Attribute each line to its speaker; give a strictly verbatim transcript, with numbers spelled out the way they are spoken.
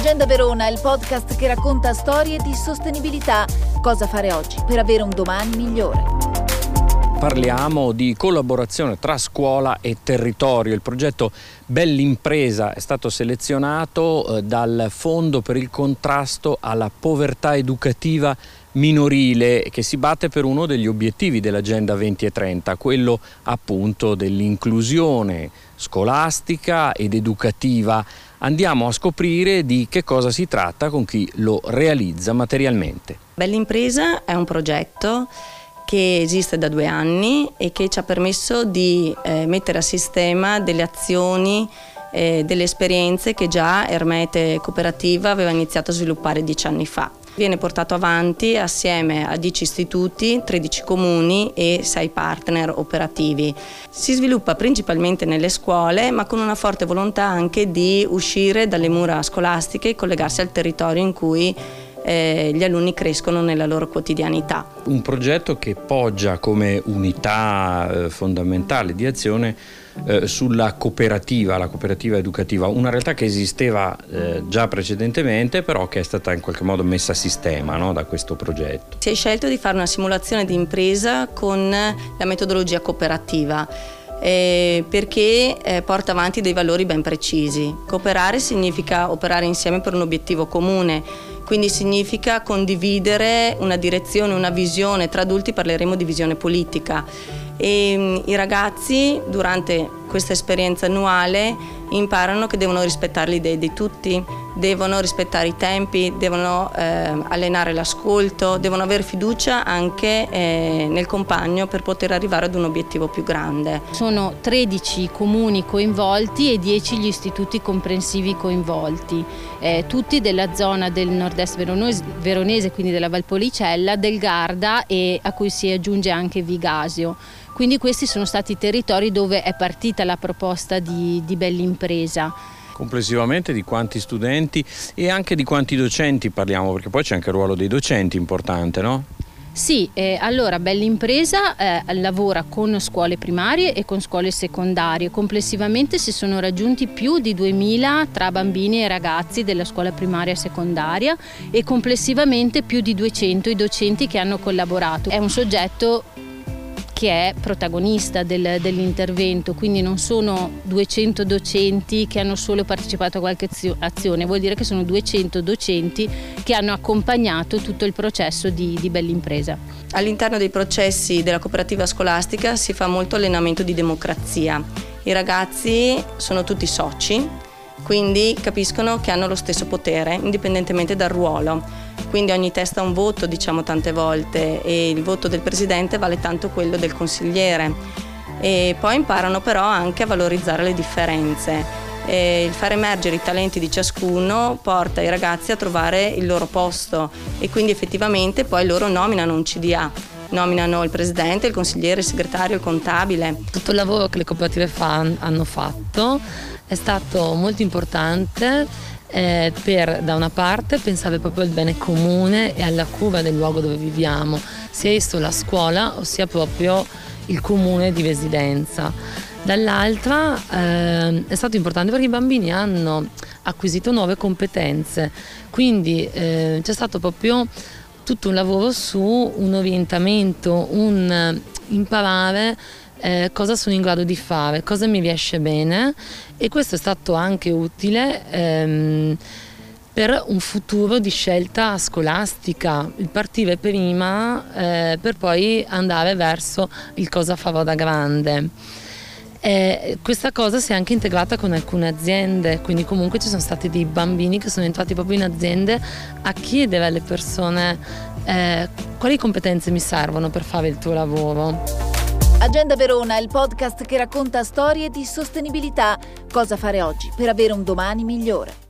Speaker 1: Agenda Verona, il podcast che racconta storie di sostenibilità. Cosa fare oggi per avere un domani migliore?
Speaker 2: Parliamo di collaborazione tra scuola e territorio. Il progetto Bell'Impresa è stato selezionato eh, dal Fondo per il contrasto alla povertà educativa minorile, che si batte per uno degli obiettivi dell'Agenda venti trenta, quello appunto dell'inclusione scolastica ed educativa. Andiamo a scoprire di che cosa si tratta con chi lo realizza materialmente.
Speaker 3: Bell'Impresa è un progetto che esiste da due anni e che ci ha permesso di eh, mettere a sistema delle azioni, eh, delle esperienze che già Ermete Cooperativa aveva iniziato a sviluppare dieci anni fa. Viene portato avanti assieme a dieci istituti, tredici comuni e sei partner operativi. Si sviluppa principalmente nelle scuole, ma con una forte volontà anche di uscire dalle mura scolastiche e collegarsi al territorio in cui Eh, gli alunni crescono nella loro quotidianità.
Speaker 2: Un progetto che poggia come unità eh, fondamentale di azione eh, sulla cooperativa, la cooperativa educativa, una realtà che esisteva eh, già precedentemente, però che è stata in qualche modo messa a sistema, no, da questo progetto.
Speaker 3: Si è scelto di fare una simulazione di impresa con la metodologia cooperativa. Eh, perché eh, porta avanti dei valori ben precisi. Cooperare significa operare insieme per un obiettivo comune, quindi significa condividere una direzione, una visione. Tra adulti parleremo di visione politica. E, mh, i ragazzi durante questa esperienza annuale imparano che devono rispettare le idee di tutti, devono rispettare i tempi, devono eh, allenare l'ascolto, devono avere fiducia anche eh, nel compagno per poter arrivare ad un obiettivo più grande.
Speaker 4: Sono tredici comuni coinvolti e dieci gli istituti comprensivi coinvolti, eh, tutti della zona del nord-est veronese, veronese, quindi della Valpolicella, del Garda e a cui si aggiunge anche Vigasio. Quindi questi sono stati i territori dove è partita la proposta di, di Bell'Impresa.
Speaker 2: Complessivamente di quanti studenti e anche di quanti docenti parliamo, perché poi c'è anche il ruolo dei docenti importante, no?
Speaker 4: Sì, eh, allora Bell'Impresa eh, lavora con scuole primarie e con scuole secondarie. Complessivamente si sono raggiunti più di duemila tra bambini e ragazzi della scuola primaria e secondaria e complessivamente più di duecento i docenti che hanno collaborato. È un soggetto che è protagonista del, dell'intervento, quindi non sono duecento docenti che hanno solo partecipato a qualche azione, vuol dire che sono duecento docenti che hanno accompagnato tutto il processo di, di Bell'Impresa.
Speaker 3: All'interno dei processi della cooperativa scolastica si fa molto allenamento di democrazia. I ragazzi sono tutti soci, quindi capiscono che hanno lo stesso potere indipendentemente dal ruolo. Quindi ogni testa ha un voto, diciamo tante volte, e il voto del presidente vale tanto quello del consigliere. E poi imparano però anche a valorizzare le differenze. E il far emergere i talenti di ciascuno porta i ragazzi a trovare il loro posto e quindi effettivamente poi loro nominano un C D A. Nominano il presidente, il consigliere, il segretario, il contabile.
Speaker 5: Tutto il lavoro che le cooperative fa, hanno fatto è stato molto importante eh, per, da una parte, pensare proprio al bene comune e alla cura del luogo dove viviamo, sia esso la scuola o sia proprio il comune di residenza. Dall'altra eh, è stato importante perché i bambini hanno acquisito nuove competenze, quindi eh, c'è stato proprio tutto un lavoro su un orientamento, un imparare eh, cosa sono in grado di fare, cosa mi riesce bene, e questo è stato anche utile ehm, per un futuro di scelta scolastica, il partire prima eh, per poi andare verso il cosa farò da grande. Eh, questa cosa si è anche integrata con alcune aziende, quindi comunque ci sono stati dei bambini che sono entrati proprio in aziende a chiedere alle persone eh, quali competenze mi servono per fare il tuo lavoro.
Speaker 1: Agenda Verona, il podcast che racconta storie di sostenibilità. Cosa fare oggi per avere un domani migliore?